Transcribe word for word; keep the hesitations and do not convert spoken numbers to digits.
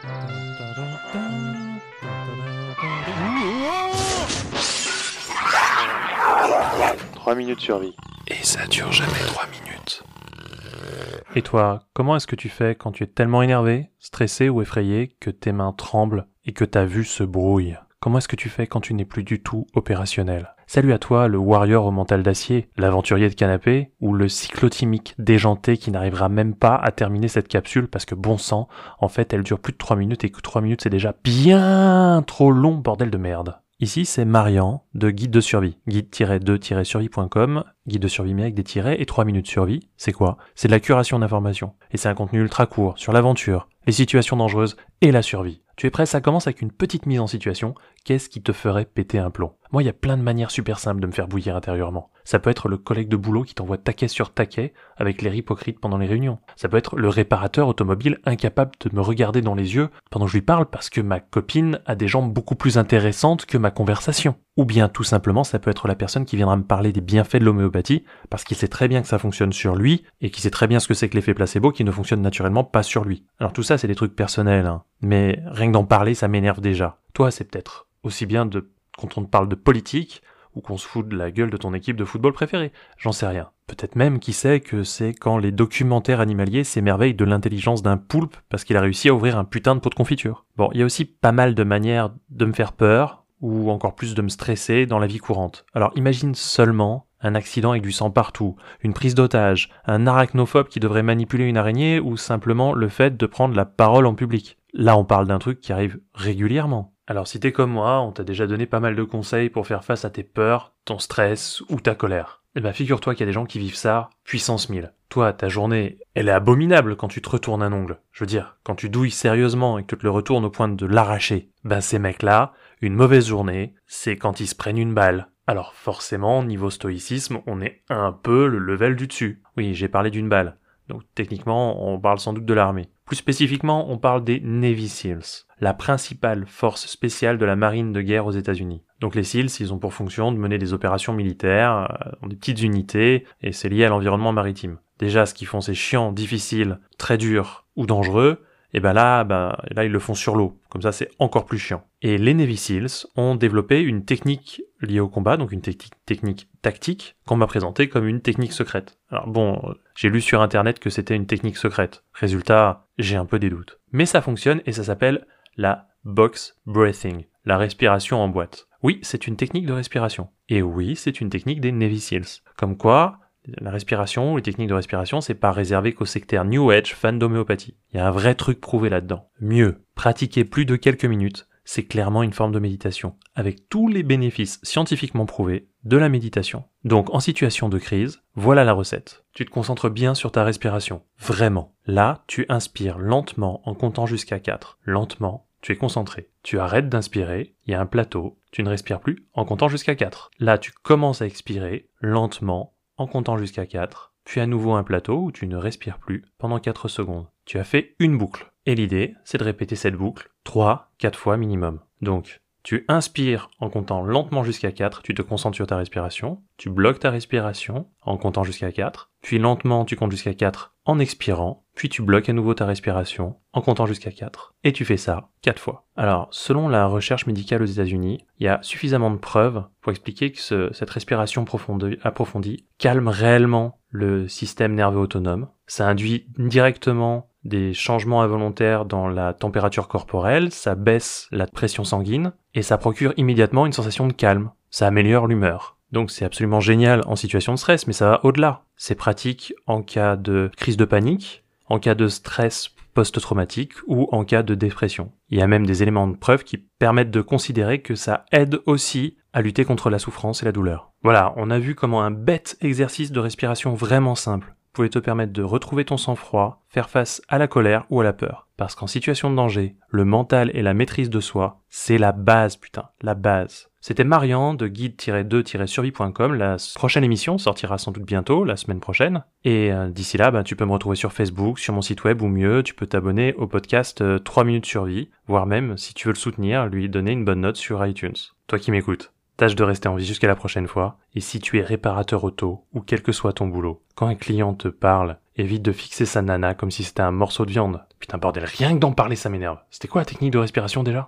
Trois minutes survie. Et ça dure jamais trois minutes. Et toi, comment est-ce que tu fais quand tu es tellement énervé, stressé ou effrayé que tes mains tremblent et que ta vue se brouille? Comment est-ce que tu fais quand tu n'es plus du tout opérationnel? Salut à toi, le warrior au mental d'acier, l'aventurier de canapé, ou le cyclotimique déjanté qui n'arrivera même pas à terminer cette capsule parce que bon sang, en fait elle dure plus de trois minutes et que trois minutes c'est déjà bien trop long, bordel de merde. Ici, c'est Marian de Guide de survie, guide tiret deux tiret survie point com, guide de survie mais avec des tirets et trois minutes survie. C'est quoi? C'est de la curation d'informations. Et c'est un contenu ultra court sur l'aventure, les situations dangereuses et la survie. Tu es prêt? Ça commence avec une petite mise en situation. Qu'est-ce qui te ferait péter un plomb? Moi, il y a plein de manières super simples de me faire bouillir intérieurement. Ça peut être le collègue de boulot qui t'envoie taquet sur taquet avec l'air hypocrite pendant les réunions. Ça peut être le réparateur automobile incapable de me regarder dans les yeux pendant que je lui parle parce que ma copine a des jambes beaucoup plus intéressantes que ma conversation. Ou bien tout simplement, ça peut être la personne qui viendra me parler des bienfaits de l'homéopathie parce qu'il sait très bien que ça fonctionne sur lui et qu'il sait très bien ce que c'est que l'effet placebo qui ne fonctionne naturellement pas sur lui. Alors tout ça, c'est des trucs personnels, hein. Mais rien que d'en parler, ça m'énerve déjà. Toi, c'est peut-être aussi bien de quand on te parle de politique ou qu'on se fout de la gueule de ton équipe de football préférée. J'en sais rien. Peut-être même, qui sait, que c'est quand les documentaires animaliers s'émerveillent de l'intelligence d'un poulpe parce qu'il a réussi à ouvrir un putain de pot de confiture. Bon, il y a aussi pas mal de manières de me faire peur ou encore plus de me stresser dans la vie courante. Alors imagine seulement un accident avec du sang partout, une prise d'otage, un arachnophobe qui devrait manipuler une araignée ou simplement le fait de prendre la parole en public. Là, on parle d'un truc qui arrive régulièrement. Alors si t'es comme moi, on t'a déjà donné pas mal de conseils pour faire face à tes peurs, ton stress ou ta colère. Eh ben figure-toi qu'il y a des gens qui vivent ça puissance mille. Toi, ta journée, elle est abominable quand tu te retournes un ongle. Je veux dire, quand tu douilles sérieusement et que tu te le retournes au point de l'arracher. Ben ces mecs-là, une mauvaise journée, c'est quand ils se prennent une balle. Alors forcément, niveau stoïcisme, on est un peu le level du dessus. Oui, j'ai parlé d'une balle. Donc techniquement, on parle sans doute de l'armée. Plus spécifiquement, on parle des Navy Seals, la principale force spéciale de la marine de guerre aux États-Unis. Donc les Seals, ils ont pour fonction de mener des opérations militaires euh, dans des petites unités, et c'est lié à l'environnement maritime. Déjà, ce qu'ils font, c'est chiant, difficile, très dur ou dangereux, et ben là, ben, là, ils le font sur l'eau. Comme ça, c'est encore plus chiant. Et les Navy Seals ont développé une technique liée au combat, donc une technique, technique tactique, qu'on m'a présentée comme une technique secrète. Alors bon, j'ai lu sur internet que c'était une technique secrète. Résultat, j'ai un peu des doutes. Mais ça fonctionne et ça s'appelle la box breathing, la respiration en boîte. Oui, c'est une technique de respiration. Et oui, c'est une technique des Navy Seals. Comme quoi, la respiration ou les techniques de respiration, c'est pas réservé qu'aux sectaires New Age fans d'homéopathie. Il y a un vrai truc prouvé là-dedans. Mieux, pratiquer plus de quelques minutes, c'est clairement une forme de méditation, avec tous les bénéfices scientifiquement prouvés de la méditation. Donc en situation de crise, voilà la recette. Tu te concentres bien sur ta respiration, vraiment. Là, tu inspires lentement en comptant jusqu'à quatre. Lentement, tu es concentré. Tu arrêtes d'inspirer, il y a un plateau, tu ne respires plus en comptant jusqu'à quatre. Là, tu commences à expirer lentement en comptant jusqu'à quatre, puis à nouveau un plateau où tu ne respires plus pendant quatre secondes. Tu as fait une boucle. Et l'idée, c'est de répéter cette boucle trois, quatre fois minimum. Donc, tu inspires en comptant lentement jusqu'à quatre, tu te concentres sur ta respiration, tu bloques ta respiration en comptant jusqu'à quatre, puis lentement tu comptes jusqu'à quatre en expirant, puis tu bloques à nouveau ta respiration en comptant jusqu'à quatre. Et tu fais ça quatre fois. Alors, selon la recherche médicale aux États-Unis, il y a suffisamment de preuves pour expliquer que ce, cette respiration profonde, approfondie calme réellement le système nerveux autonome. Ça induit directement des changements involontaires dans la température corporelle, ça baisse la pression sanguine, et ça procure immédiatement une sensation de calme. Ça améliore l'humeur. Donc c'est absolument génial en situation de stress, mais ça va au-delà. C'est pratique en cas de crise de panique, en cas de stress post-traumatique ou en cas de dépression. Il y a même des éléments de preuve qui permettent de considérer que ça aide aussi à lutter contre la souffrance et la douleur. Voilà, on a vu comment un bête exercice de respiration vraiment simple pouvait te permettre de retrouver ton sang-froid, faire face à la colère ou à la peur. Parce qu'en situation de danger, le mental et la maîtrise de soi, c'est la base, putain, la base. C'était Marian de guide tiret deux tiret survie point com. La prochaine émission sortira sans doute bientôt, la semaine prochaine. Et euh, d'ici là, bah, tu peux me retrouver sur Facebook, sur mon site web ou mieux, tu peux t'abonner au podcast euh, trois minutes survie, voire même, si tu veux le soutenir, lui donner une bonne note sur iTunes. Toi qui m'écoutes. tâche de rester en vie jusqu'à la prochaine fois. Et si tu es réparateur auto, ou quel que soit ton boulot, quand un client te parle, évite de fixer sa nana comme si c'était un morceau de viande. Putain bordel, rien que d'en parler ça m'énerve. C'était quoi la technique de respiration déjà ?